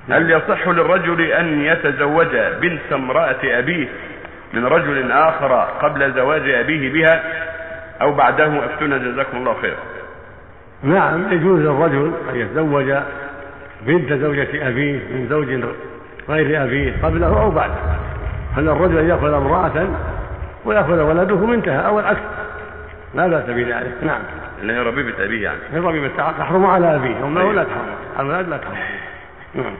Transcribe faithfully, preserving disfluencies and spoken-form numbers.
هل يصح للرجل أن يتزوج بنت امرأة أبيه من رجل آخر قبل زواج أبيه بها أو بعده؟ أفتنا جزاكم الله خير. نعم، يجوز للرجل أن يتزوج بنت زوجة أبيه من زوج غير أبيه قبله أو بعده. هل الرجل أن يأخذ امرأة ويأخذ ولده منتهى أو العكس، لا بأس بذلك. نعم، اللي هي ربيبة أبيه يعني، هي ربيبة تحرم على أبيه، أم لا تحرم، الأولاد لا تحرم. نعم.